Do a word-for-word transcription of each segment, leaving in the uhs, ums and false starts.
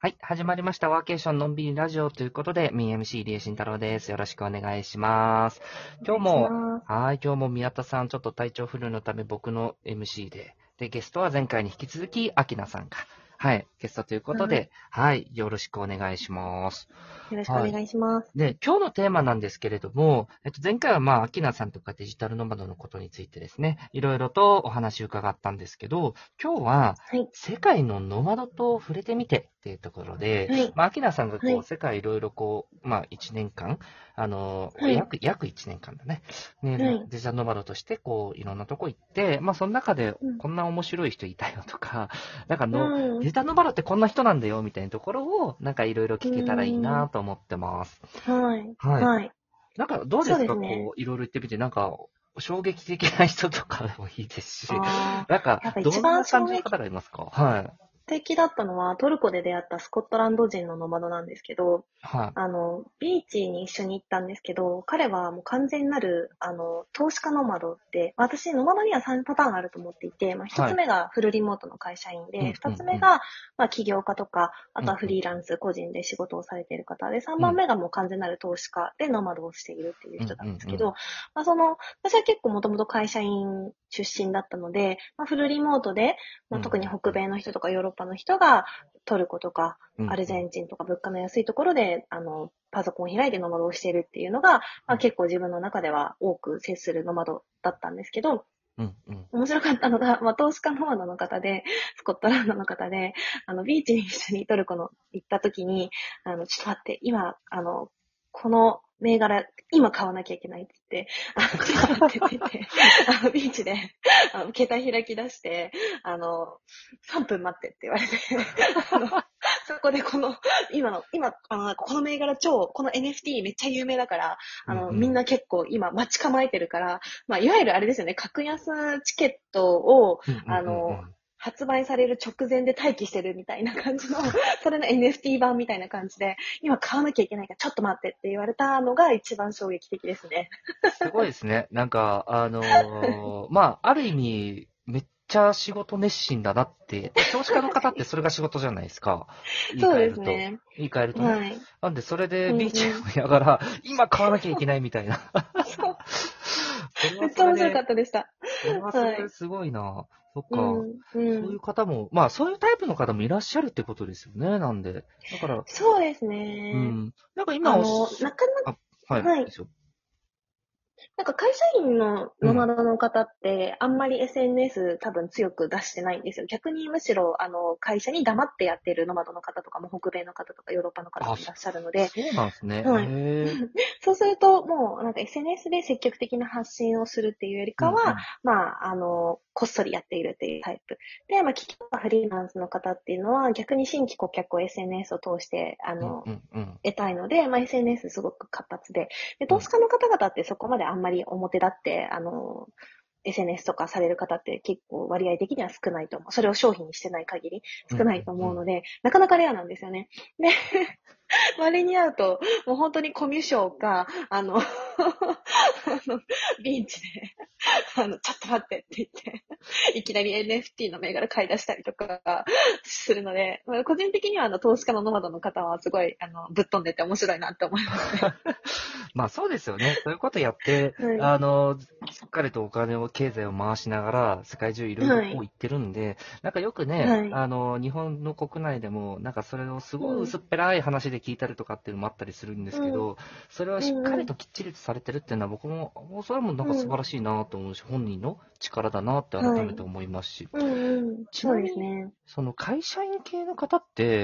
はい、始まりました。ワーケーションのんびりラジオということで、ミーエムシー 入江慎太郎です。よろしくお願いします。 お願いし今日も、 ます。 はい、今日も宮田さん、ちょっと体調不良のため僕の エムシー で、で、ゲストは前回に引き続き、アキナさんが、はい、ゲストということはい。 で、はい、よろしくお願いします。 よろしくおはい。 願いします。 で、今日のテーマなんですけれども、えっと、前回はまあ、アキナさんとかデジタルノマドのことについてですね、いろいろとお話を伺ったんですけど、今日は、 はい。 世界のノマドと触れてみてっていうところで、 はい。 まあ、アキナさんがこう、 はい。 世界いろいろこう、まあ、いちねんかん、あの、 はい。 約、約いちねんかんだね。ね、 はい。 デジタルノマドとして、こう、いろんなとこ行って、まあ、その中で、 うん。 こんな面白い人いたよとか、なんかの、 うん。 デジタルノマドってこんな人なんだよ、みたいなところを、なんかいろいろう聞けたらいいん。 なと思ってます。 はい。 はい。 はい。 なんか、どうでそうすですね。 かこう、いろいろ言ってみて、なんか、衝撃的な人とかでもいいですし、 ああ、 なんか、 やっぱ一どんな番衝撃感じの方がいますか？はい。 的だったのはトルコで出会ったスコットランド人のノマドなんですけど、 はあの、ビーチに一緒に行ったんですけど、彼はもう完全なる、あの、投資家ノマドで、私、ノマドにはさんパターンあると思っていて、まあ、 い。はい。 一つ目がフルリモートの会社員で、 うん、う二つん、うん。 目が、まあ、起業家とか、あうん、 とはフうん。 リーランス、個人で仕事をされている方で、三うん、 番目がもう完全なる投資家でノマドをしているっていううん、 人なうん。うん。 んですけど、まあ、その、私は結構もともと会社員出身だったので、まあ、フルリモートで、まあ、 うん、 特に北米の人とかヨーロッパの人が、トルコとか、 うん。うん、 アルゼンチンとか物価の安いところで、あの、パソコンを開いてノマドをしているっていうのが、まあ、 うん。 結構自分の中では多く接するノマドだったんですけど、 うん、うん。 面白かったのが、まあ、投資家ノマドの方で、スコットランドの方で、あの、ビーチに一緒にトルコの行った時に、あの、ちょっと待って、今、あの、この銘柄、今買わなきゃいけないって言って、あの、ちょっと待ってって言って、あの、ビーチで、あの、携帯開き出して、あの、さんぷん待ってって言われて、あの、そこでこの、今の、今、あの、この銘柄超、この エヌエフティー めっちゃ有名だから、 うん、 あの、 うん。 みんな結構今待ち構えてるから、まあ、いわゆるあれですよね、格安チケットを、 うん、うん、 あの、 うん。 発売される直前で待機してるみたいな感じの、それの エヌエフティー 版みたいな感じで、今買わなきゃいけないからちょっと待ってって言われたのが一番衝撃的ですね。 すごいですね。なんか、あのーまあ、ある意味、めっちゃ仕事熱心だなって、で、投資家の方ってそれが仕事じゃないですか。言いそう換えると。 ですね。 言い換えるとね。 はい。 なんで、それでうんビーチをうん。 見ながら、今買わなきゃいけないみたいな。 そう。 それはめっちゃ面白かそれで、 ったでした。 それはそれはい。 ですごいな。そっか。 うん、うそういうん。 方も、まあ、そういうタイプの方もいらっしゃるってことですよね。なんで。だから、 そうですね。 うん。なんか今おっあの、なしかゃ、あ、はなか、 い、 はい。 ですよ。 なんか会社員のノマうん。 ドの方ってあんまり エスエヌエス 多分強く出してないんですよ。逆にむしろあの会社に黙ってやってるノマドの方とかも北米の方とかヨーロッパの方あ、そもいらっしゃるので、 そうなんですね。 はい。 へえ。 そうすると、もうなんか エスエヌエス で積極的な発信をするっていうよりかは、 うんうん。 まあ、あの、こっそりやっているっていうタイプ。で、まあ、企業がフリーランスの方っていうのは、逆に新規顧客を エスエヌエス を通して、あうんの、 うんうん。 得たいので、まあ、エスエヌエス すごく活発で、で、 うん投資家の方々ってそこまであんまり表立って、あの、エスエヌエス とかされる方って結構割合的には少ないと思う。それを商品にしてない限りうん少ないとうんうん。 思うので、なかなかレアなんですよね。で、稀に会うと、もう本当にコミュ障か、あの、あの、ビーチで、あの、ちょっと待ってって言って、いきなり エヌエフティー の銘柄買い出したりとかするので、個人的にはあの、投資家のノマドの方はすごい、あの、ぶっ飛んでて面白いなって思いますね。 まあそうですよね。そういうことやって、 はい。 あの、しっかりとお金を、経済を回しながら、世界中いろいろはい。 こう言ってるんで、なんかよくね、 はい。 あの、日本の国内でも、なんかそれをすごいうん。 薄っぺらい話で聞いたりとかっていうのもあったりするんですけうん。 ど、それはうしっかんうん。 りときっちりとされてるっていうのは僕も、もうそれはもうなんかうん。 素晴らしいなと思うし、本人の力だなってはい。 改めて思いますし。 うんうん。そうちなみに、 ですね。 その会社員系の方って、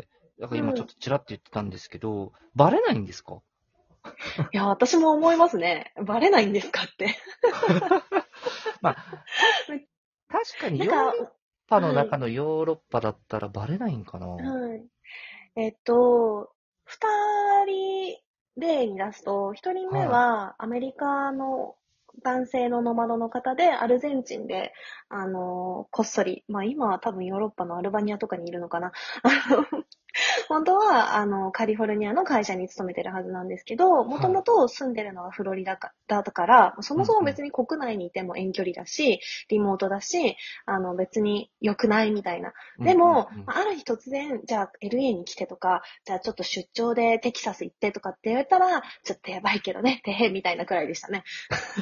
なんかうん。 今ちょっとちらっと言ってたんですけど、バレないんですか？ いや、私も思いますね。バレないんですかって。 まあ、たし、確かにヨーロッなんか、 パのはい。 中のヨーロッパだったらバレないんかな。 はい。えっと、二人例に出すと、一人目はい。 はアメリカの男性のノマドの方で、アルゼンチンで、あの、こっそり、まあ今は多分ヨーロッパのアルバニアとかにいるのかな。 本当は、あの、カリフォルニアの会社に勤めてるはずなんですけど、もとはい。 もと住んでるのはフロリダかだから、そもそもうんうん。 別に国内にいても遠距離だし、リモートだし、あの、別に良くないみたいな。 うんうんでも、 うん。 ある日突然、じゃあ エルエー に来てとか、じゃあちょっと出張でテキサス行ってとかって言われたら、ちょっとやばいけどね、てへ、みたいなくらいでしたね。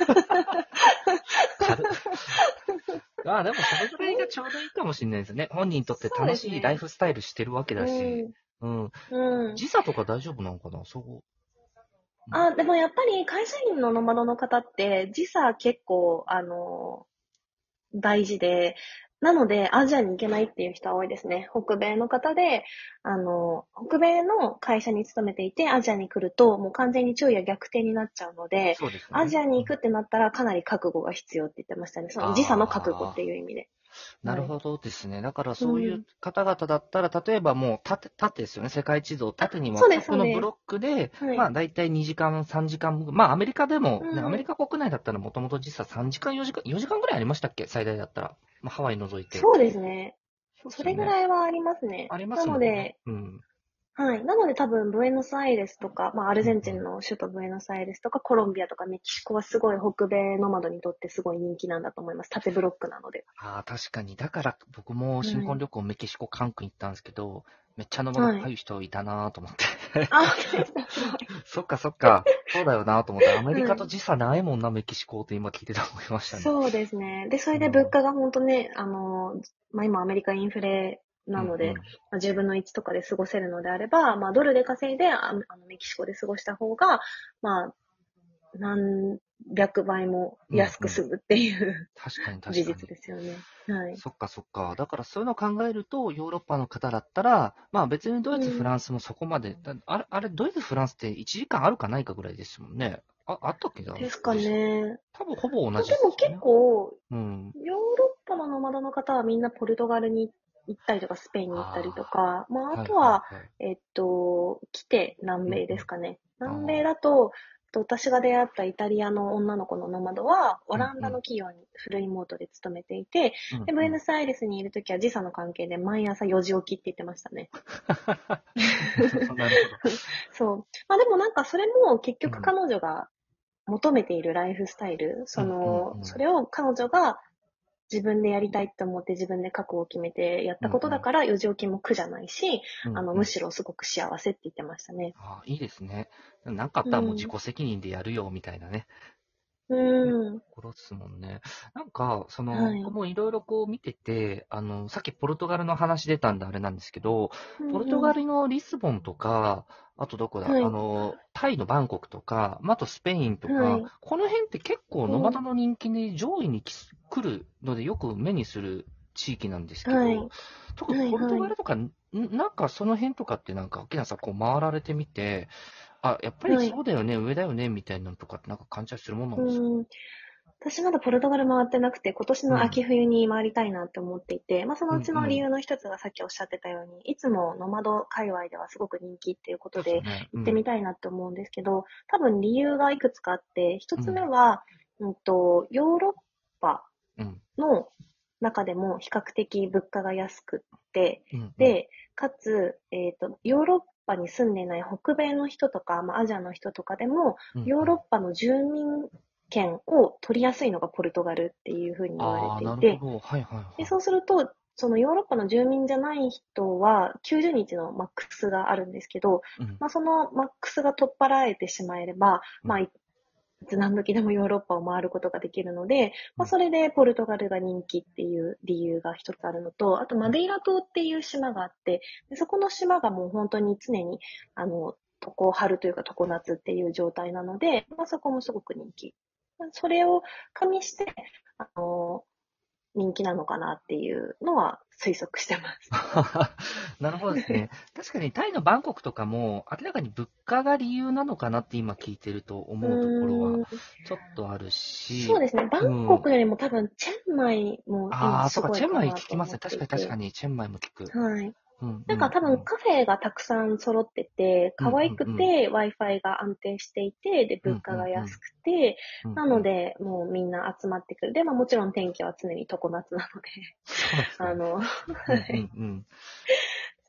軽っ。ああ、でもそれぐらいがちょうどいいかもしれないですね。本人にとってそう楽ですね。 しいライフスタイルしてるわけだし。 うん。 うん。 うん。 時差とか大丈夫なのかなそう。うん。 あ、でもやっぱり会社員のノマドの方って時差結構、あの、大事で、なのでアジアに行けないっていう人は多いですね。北米の方で、あの、北米の会社に勤めていてアジアに来るともう完全に昼夜逆転になっちゃうので、 そうですよね。 アジアにうん。 行くってなったらかなり覚悟が必要って言ってましたね。その時差の覚悟っああ。 ていう意味で。はい。 なるほどですね。だからうそういうん。 方々だったら、例えばもう縦、縦ですよね。世界地図をあ、 縦にそうです、 割ったこそうです。 のブロックで、 はい。 まあ大体にじかん、さんじかん、まあアメリカでも、ね、アメリうん。 カ国内だったらもともと実はさんじかん、よじかん、よじかんぐらいありましたっけ最大だったら。まあハワイ除いて。 そうですね。それぐそうですよね。 らいはありますね。 ありまなすもんね。 ので、 うん。 はい。なので多分、ブエノスアイレスとか、まあ、アルゼンチンうんうん。 の首都ブエノスアイレスとか、コロンビアとかメキシコはすごい北米ノマドにとってすごい人気なんだと思います。縦ブロックなので。 ああ、確かに。だから僕も新婚はい。 旅行メキシコ、カンクン行ったんですけど、めっちゃノマドっはい。 ぽい人いたなと思って。 あ、本当ですか、すごい。 そっかそっか。そうだよなと思って、アメリカとはい。 時差ないもんな、メキシコって今聞いてて思いましたね。 そうですね。で、それうん。うんで物価が本当ね、あの、まあ、今アメリカインフレなので、 うん。 まあ、じゅうぶんのいちとかで過ごせるのであれば、まあ、ドルで稼いで、ああの、メキシコで過ごした方が、まあ、何百倍も安くうんうん。 済むっていう確かに事実確かに。 ですよね。はい。 そっかそっか。だからそういうのを考えると、ヨーロッパの方だったら、まあ別にドイツ、フうん。 ランスもそこまで、だあれ、あれ、ドイツ、フランスっていちじかんあるかないかぐらいですもんね。あ、あったっけなですか時差。 ね。 多分ほぼ同まあ、でも結じですよね。 構、 うん。 ヨーロッパのノマドの方はみんなポルトガルに行ったりとか、スペインに行ったりとあか、まあ、ああ、はいとは、 はいはい。 えっと、来て南米うんうん。 ですかね。南米ああ、 だと、と私が出会ったイタリアの女の子のノマドは、オランダのうんうん。 企業にフルリモートで勤めていて、で、ブエうんうん。 ノスアイレスにいるときは時差の関係で毎朝よじ起きって言ってましたね。 なるほど、なるほど。 そう。まあでもなんかそれも結局うん。 彼女が求めているライフスタイル、そうんうんの、 うん。 それを彼女が自分でやりたいと思って自分で覚悟を決めてやったうんうん。 ことだから、よじ起きも苦じゃないし、あの、 うんうん。 むしろすごく幸せって言ってましたね。 ああ、いいですね。なんかあったらもう自うん。 己責任でやるよ、みたいなね。 うね、 ん。 ところですもんね。なんか、その、 はい。 僕もいろいろこう見てて、あの、さっきポルトガルの話出たんであれなんですけど、ポルトうんうん。 ガルのリスボンとか、あとどこだ、 はい。 あの、タイのバンコクとか、まあ、あとスペインとか、 はい。 この辺って結構うノマドん。 の人気で上位にき来るのでよく目にする地域なんですけはい。 ど、特にはい。 ポルトはい。 ガルとか、んなんかその辺とかってなんか、沖縄さんこう回られてみて、あ、やっぱりはい。 そうだよね、上だよね、みたいなのとかってなんか感じたりするもんなんですか？ うん。私まだポルトガル回ってなくて、今年うん。 の秋冬に回りたいなって思っていて、まあそのううちの理んうん。 由の一つがさっきおっしゃってたように、いつもノマド界隈ではすごく人気っていうことでそうですよね。 行ってみうん。 たいなって思うんですけど、多分理由がいくつかあって、一つ目うん。 は、うんと、ヨーロッパうん。 の中でも比較的物価が安くって、 うん。うん。 で、かつ、えっと、ヨーロッパに住んでない北米の人とか、まあ、アジアの人とかでも、 うん。 ヨーうん。 ロッパの住民権を取りやすいのがポルトガルっていうふうに言われああ、 ていて、 なるほど。はいはいで、 はそうすると、そのヨーロッパの住民じゃない人はきゅうじゅうにちのマックスがあるんですけど、 い。うん。 まあ、そのマックスが取っ払えてしまえれば、 うん。 まあ、いつ何時でもヨーロッパを回ることができるので、まあ、 うん。 それでポルトガルが人気っていう理由が一つあるのと、あとマうん。 デイラ島っていう島があって、でそこの島がもう本当に常に、あの、常春というか常夏っていう状態なので、まあ、そこもすごく人気。それを加味して、あの、人気なのかなっていうのは推測してます。 なるほどですね。確かにタイのバンコクとかも明らかに物価が理由なのかなって今聞いてるとう思うところはーん、 ちょっとあるし、 そうですね。バンうん。 コクよりも多分チェンマイも今ああ、そうか、 すごいチェンマイかなと聞きますね。 思って確かいて。 に確かに、チェンマイも聞く。 はい。 うんうなんか多んうん。 分カフェがたくさん揃ってて、 うん可愛うんうん。 くて Wi-Fi が安定していて、で、 うんう物価がんうん。 安くて、 うんうん。 なので、もうみんな集まってくる。で、まあもちろん天気は常に常夏なので、 そうですよね。 あの、はうんうい。 んうん。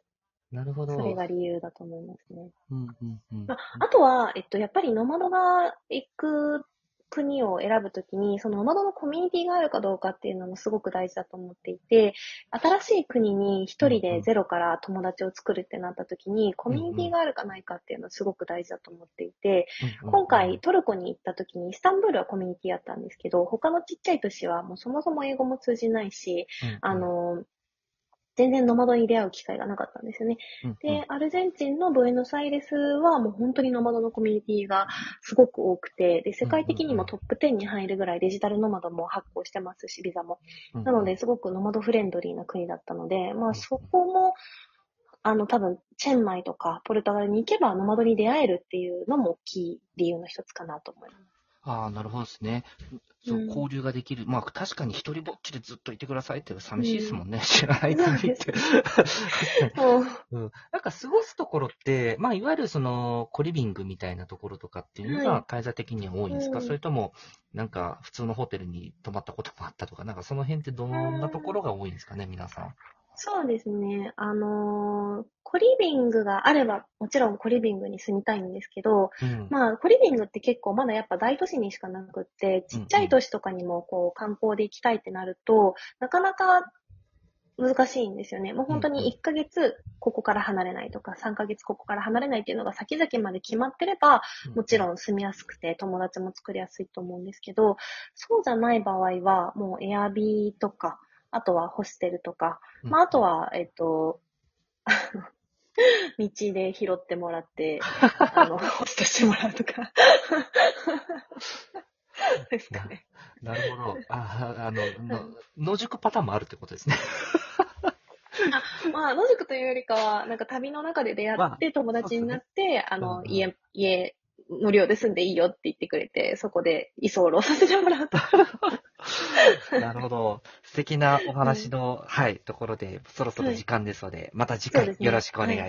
なるほど。 それが理由だと思いますね。 うんうんうん。 まあ、あとは、えっと、やっぱりノマドが行く国を選ぶときに、そのノマドのコミュニティがあるかどうかっていうのもすごく大事だと思っていて、新しい国に一人でゼロから友達を作るってなったときに、コミュニティがあるかないかっていうのはすごく大事だと思っていて、今回トルコに行ったときに、イスタンブールはコミュニティあったんですけど、他のちっちゃい都市はもうそもそも英語も通じないし、あの、全然ノマドに出会う機会がなかったんですよね。 うんうん、 で、アルゼンチンのブエノスアイレスはもう本当にノマドのコミュニティがすごく多くて、で、世界的にもトップじゅうに入るぐらいデジタルノマドも発行してますし、ビザも。なので、すごくノマドフレンドリーな国だったので、まあそこも、あの、多分、チェンマイとかポルトガルに行けばノマドに出会えるっていうのも大きい理由の一つかなと思います。 ああ、なるほどですね。そう、交流ができる。うん、まあ、確かに一人ぼっちでずっといてくださいって寂しいですもんね。うん、知らない国って。うん、なんか過ごすところって、まあ、いわゆるその、コリビングみたいなところとかっていうのが、滞在的には多いんですか、はい、それとも、なんか、普通のホテルに泊まったこともあったとか、なんかその辺ってどんなところが多いんですかね、皆さん。 そうですね。あのー、コリビングがあれば、もちろんコリビングに住みたいんですけど、うん、まあ、コリビングって結構まだやっぱ大都市にしかなくって、ちっちゃい都市とかにもこう観光で行きたいってなると、なかなか難しいんですよね。もう本当にいっかげつここから離れないとか、さんかげつここから離れないっていうのが先々まで決まってれば、もちろん住みやすくて友達も作りやすいと思うんですけど、そうじゃない場合は、もうエアビーとか、あとはホステルとか、まあ、あとは、えっと、道で拾ってもらって、あの、ホストしてもらうとか。ですかね。 な, なるほど。あ、あの、の野宿パターンもあるってことですね。 あ、まあ、野宿というよりかは、なんか旅の中で出会って友達になって、まあ、ね、あの、うんうん、家、家、無料で住んでいいよって言ってくれて、そこで居候させてもらうと。 なるほど。素敵なお話の、うん、はい、ところで、そろそろ時間ですので、はい、また次回よろしくお願いします。